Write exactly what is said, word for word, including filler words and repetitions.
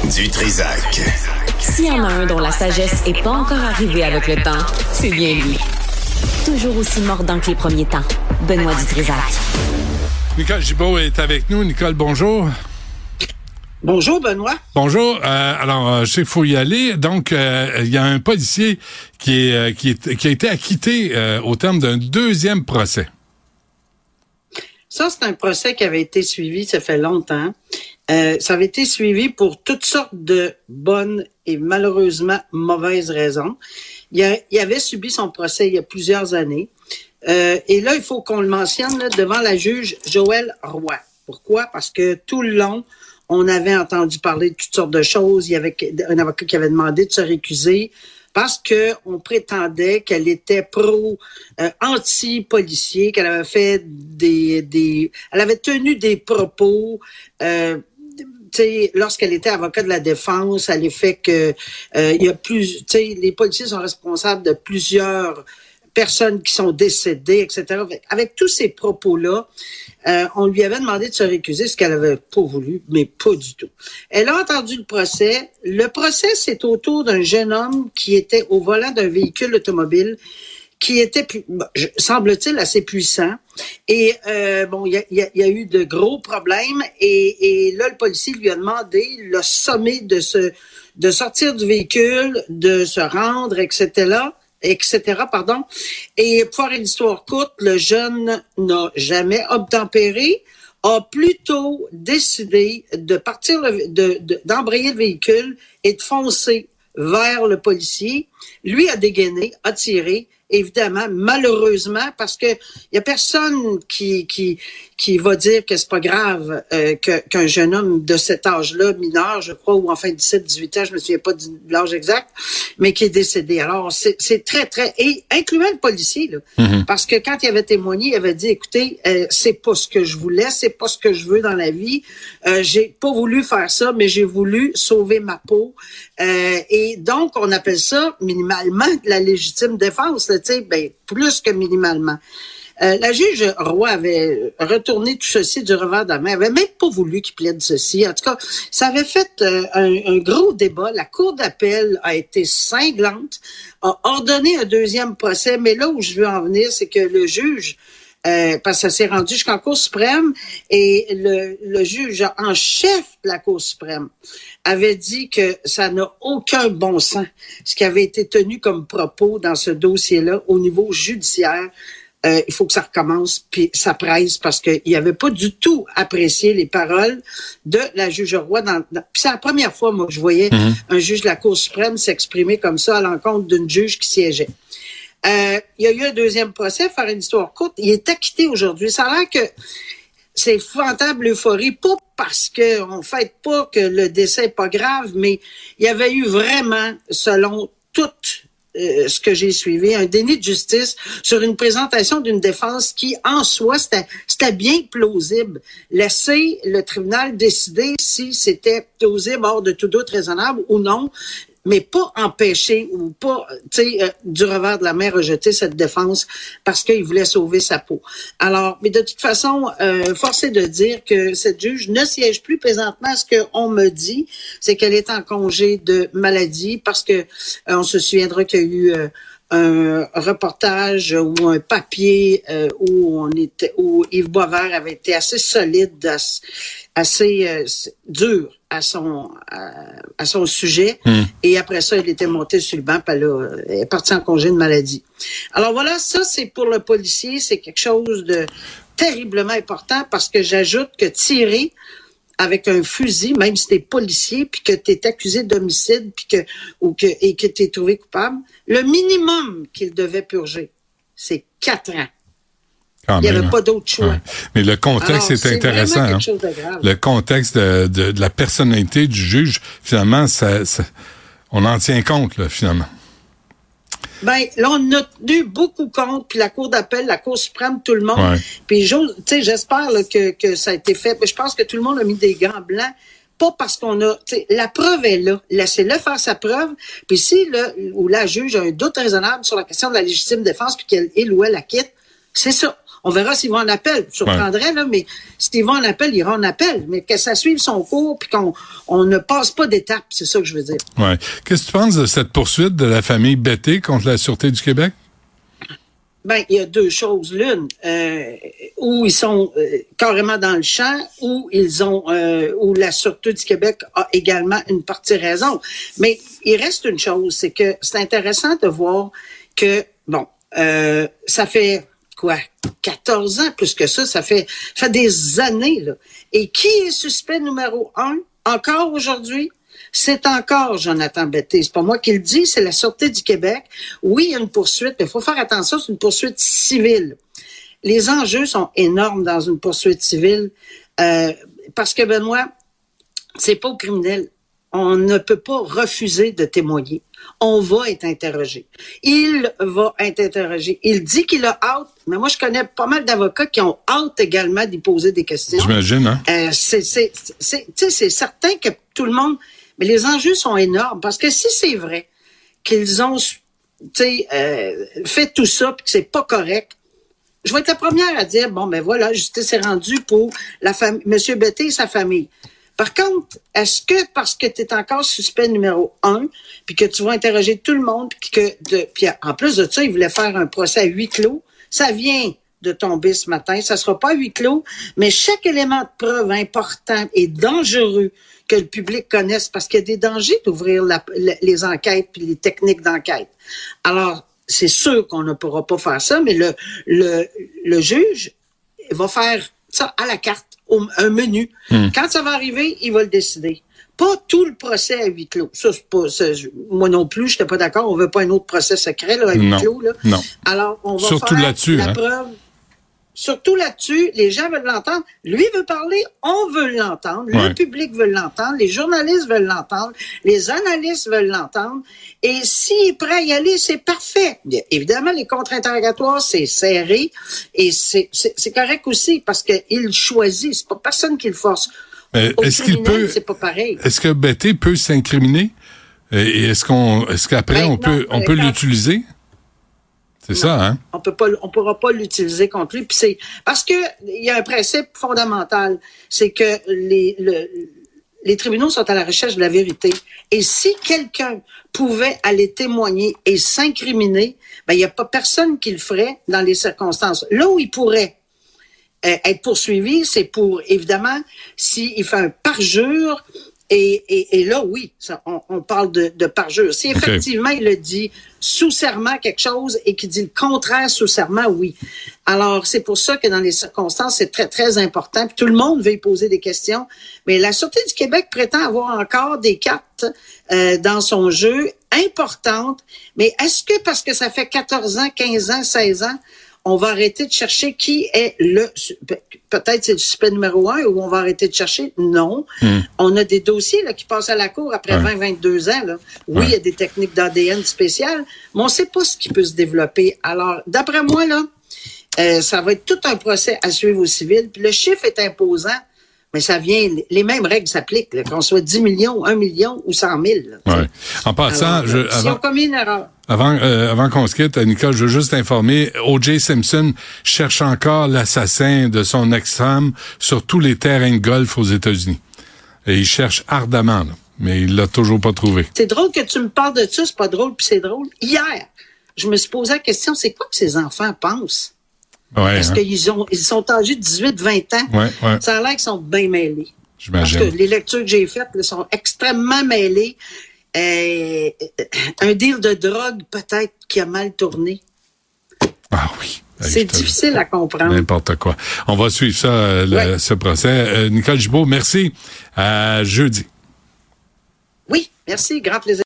Du Trizac. S'il y en a un dont la sagesse n'est pas encore arrivée avec le temps, c'est bien lui. Toujours aussi mordant que les premiers temps. Benoît Du Trizac. Nicole Gibault est avec nous. Nicole, bonjour. Bonjour, Benoît. Bonjour. Euh, alors, euh, je sais qu'il faut y aller. Donc, euh, il y a un policier qui, est, euh, qui, est, qui a été acquitté euh, au terme d'un deuxième procès. Ça, c'est un procès qui avait été suivi, ça fait longtemps. Euh, ça avait été suivi pour toutes sortes de bonnes et malheureusement mauvaises raisons. Il, a, il avait subi son procès il y a plusieurs années. Euh, et là, il faut qu'on le mentionne là, devant la juge Joëlle Roy. Pourquoi? Parce que tout le long, on avait entendu parler de toutes sortes de choses. Il y avait un avocat qui avait demandé de se récuser parce que on prétendait qu'elle était pro euh, anti-policier, qu'elle avait fait des des elle avait tenu des propos euh, tu sais, lorsqu'elle était avocat de la défense, à l'effet que euh, il y a plus, tu sais, les policiers sont responsables de plusieurs personnes qui sont décédées, et cetera. Avec tous ces propos-là, euh, on lui avait demandé de se récuser, ce qu'elle avait pas voulu, mais pas du tout. Elle a entendu le procès. Le procès, c'est autour d'un jeune homme qui était au volant d'un véhicule automobile qui était, semble-t-il, assez puissant. Et euh, bon, il y a, y, a, y a eu de gros problèmes. Et, et là, le policier lui a demandé, l'a sommé de se, de sortir du véhicule, de se rendre, et cetera, et cetera, pardon. Et pour faire une histoire courte, le jeune n'a jamais obtempéré, a plutôt décidé de partir, le, de, de, d'embrayer le véhicule et de foncer vers le policier. Lui a dégainé, a tiré. Évidemment, malheureusement, parce que il y a personne qui qui qui va dire que c'est pas grave euh, que, qu'un jeune homme de cet âge-là, mineur, je crois, ou enfin dix-sept, dix-huit ans, je me souviens pas de l'âge exact, mais qui est décédé. Alors, c'est, c'est très, très... Et incluant le policier, là, mm-hmm. Parce que quand il avait témoigné, il avait dit, écoutez, euh, c'est pas ce que je voulais, c'est pas ce que je veux dans la vie. Euh, j'ai pas voulu faire ça, mais j'ai voulu sauver ma peau. Euh, et donc, on appelle ça minimalement la légitime défense, là, tu sais, ben, plus que minimalement. Euh, la juge Roy avait retourné tout ceci du revers de la main, avait même pas voulu qu'il plaide ceci. En tout cas, ça avait fait euh, un, un gros débat. La cour d'appel a été cinglante, a ordonné un deuxième procès, mais là où je veux en venir, c'est que le juge, euh, parce que ça s'est rendu jusqu'en Cour suprême, et le, le juge en chef de la Cour suprême avait dit que ça n'a aucun bon sens, ce qui avait été tenu comme propos dans ce dossier-là au niveau judiciaire. Euh, il faut que ça recommence, puis ça presse, parce qu'il n'avait pas du tout apprécié les paroles de la juge Roy. Dans, dans, puis c'est la première fois, moi, que je voyais mmh. un juge de la Cour suprême s'exprimer comme ça à l'encontre d'une juge qui siégeait. Euh, il y a eu un deuxième procès, faire une histoire courte. Il est acquitté aujourd'hui. Ça a l'air que c'est épouvantable l'euphorie, pas parce qu'on ne fête pas que le décès n'est pas grave, mais il y avait eu vraiment, selon toutes Euh, ce que j'ai suivi, un déni de justice sur une présentation d'une défense qui, en soi, c'était, c'était bien plausible. Laisser le tribunal décider si c'était plausible hors de tout doute raisonnable ou non, mais pas empêcher ou pas, tu sais, euh, du revers de la main rejeter cette défense parce qu'il voulait sauver sa peau. Alors, mais de toute façon, euh, force est de dire que cette juge ne siège plus présentement. Ce qu'on me dit, c'est qu'elle est en congé de maladie parce que euh, on se souviendra qu'il y a eu euh, un reportage ou un papier euh, où on était, où Yves Boisvert avait été assez solide, assez, assez euh, dur à son à, à son sujet. Mm. Et après ça, il était monté sur le banc, puis là, il est parti en congé de maladie. Alors voilà, ça c'est pour le policier, c'est quelque chose de terriblement important parce que j'ajoute que tirer avec un fusil, même si t'es policier, puis que t'es accusé d'homicide, puis que ou que et que t'es trouvé coupable, le minimum qu'il devait purger, c'est quatre ans. Quand il n'y avait même. pas d'autre choix. Ouais. Mais le contexte Alors, est intéressant. Hein? Le contexte de, de, de la personnalité du juge, finalement, ça, ça, on en tient compte, là, finalement. Ben, là, on a tenu beaucoup compte, puis la Cour d'appel, la Cour suprême, tout le monde. Ouais. Puis, tu sais, j'espère là, que, que ça a été fait. Je pense que tout le monde a mis des gants blancs. Pas parce qu'on a... La preuve est là. Laissez-le faire sa preuve. Puis si, là, ou la juge a un doute raisonnable sur la question de la légitime défense, puis qu'elle il ou elle la quitte, c'est ça. On verra s'ils vont en appel. Je surprendrais, ouais. là, mais s'ils vont en appel, ils iront en appel. Mais que ça suive son cours puis qu'on on ne passe pas d'étape, c'est ça que je veux dire. Ouais. Qu'est-ce que tu penses de cette poursuite de la famille Betté contre la Sûreté du Québec? Ben, il y a deux choses. L'une, euh, où ils sont euh, carrément dans le champ, où ils ont, euh, où la Sûreté du Québec a également une partie raison. Mais il reste une chose, c'est que c'est intéressant de voir que, bon, euh, ça fait quoi, quatorze ans, plus que ça, ça fait, ça fait des années, là. Et qui est suspect numéro un, encore aujourd'hui? C'est encore Jonathan Betté. C'est pas moi qui le dis, c'est la Sûreté du Québec. Oui, il y a une poursuite, mais il faut faire attention, c'est une poursuite civile. Les enjeux sont énormes dans une poursuite civile euh, parce que, Benoît, c'est pas au criminel. On ne peut pas refuser de témoigner. On va être interrogé. Il va être interrogé. Il dit qu'il a hâte, mais moi, je connais pas mal d'avocats qui ont hâte également d'y poser des questions. J'imagine, hein? Euh, c'est, c'est, c'est, c'est, c'est certain que tout le monde... Mais les enjeux sont énormes parce que si c'est vrai qu'ils ont euh, fait tout ça et que c'est pas correct, je vais être la première à dire, bon, ben voilà, justice est rendue pour la famille, M. Betté et sa famille. Par contre, est-ce que parce que tu es encore suspect numéro un, puis que tu vas interroger tout le monde, puis que de, puis en plus de ça, il voulait faire un procès à huis clos, ça vient de tomber ce matin, ça sera pas à huis clos, mais chaque élément de preuve important et dangereux que le public connaisse, parce qu'il y a des dangers d'ouvrir la, les enquêtes puis les techniques d'enquête. Alors, c'est sûr qu'on ne pourra pas faire ça, mais le, le, le juge va faire ça à la carte, au, un menu. Mmh. Quand ça va arriver, il va le décider. Pas tout le procès à huis clos. Ça, c'est pas, c'est, moi non plus, je n'étais pas d'accord. On veut pas un autre procès secret là, à huis non. clos. Là. Non. Alors, on va Surtout faire là-dessus, la hein? preuve. Surtout là-dessus, les gens veulent l'entendre. Lui veut parler, on veut l'entendre. Ouais. Le public veut l'entendre. Les journalistes veulent l'entendre. Les analystes veulent l'entendre. Et s'il est prêt à y aller, c'est parfait. Évidemment, les contre-interrogatoires, c'est serré. Et c'est, c'est, c'est correct aussi parce qu'il choisit. C'est pas personne qui le force. Mais est-ce qu'il peut, c'est pas pareil. Est-ce que Betté peut s'incriminer? Et est-ce qu'on, est-ce qu'après, ben, on non, peut, on peut quand... l'utiliser? C'est non, ça, hein? On peut pas, on pourra pas l'utiliser contre lui. Puis c'est parce que il y a un principe fondamental, c'est que les, le, les tribunaux sont à la recherche de la vérité. Et si quelqu'un pouvait aller témoigner et s'incriminer, ben il y a pas personne qui le ferait dans les circonstances. Là où il pourrait euh, être poursuivi, c'est pour évidemment s'il fait un parjure. Et, et, et là, oui, ça, on, on parle de, de parjure. Si effectivement okay. il le dit sous serment quelque chose et qu'il dit le contraire sous serment, oui. Alors, c'est pour ça que dans les circonstances, c'est très, très important. Puis tout le monde veut y poser des questions. Mais la Sûreté du Québec prétend avoir encore des cartes euh, dans son jeu importantes. Mais est-ce que parce que ça fait quatorze ans, quinze ans, seize ans, on va arrêter de chercher qui est le... Peut-être c'est le suspect numéro un ou on va arrêter de chercher. Non. Mm. On a des dossiers là, qui passent à la cour après ouais. vingt, vingt-deux ans. Là. Oui, il ouais. y a des techniques d'A D N spéciales, mais on ne sait pas ce qui peut se développer. Alors, d'après moi, là, euh, ça va être tout un procès à suivre au civil. Puis le chiffre est imposant, mais ça vient... Les mêmes règles s'appliquent, là, qu'on soit dix millions, un million ou cent mille. Là, ouais. En passant... Alors, je, avant... Si on commet une erreur... Avant, euh, avant qu'on se quitte, Nicole, je veux juste informer, O J Simpson cherche encore l'assassin de son ex-femme sur tous les terrains de golf aux États-Unis. Et il cherche ardemment, là, mais il l'a toujours pas trouvé. C'est drôle que tu me parles de ça, c'est pas drôle, puis c'est drôle. Hier, je me suis posé la question, c'est quoi que ces enfants pensent? Ouais, Parce hein? qu'ils ont, ils sont âgés de dix-huit vingt ans. Ouais, ouais. Ça a l'air qu'ils sont bien mêlés. J'imagine. Parce que les lectures que j'ai faites là, sont extrêmement mêlées. Euh, un deal de drogue peut-être qui a mal tourné. Ah oui. C'est difficile à comprendre. N'importe quoi. On va suivre ça, euh, le, ouais. ce procès. Euh, Nicole Gibault, merci. À jeudi. Oui, merci. Grand plaisir.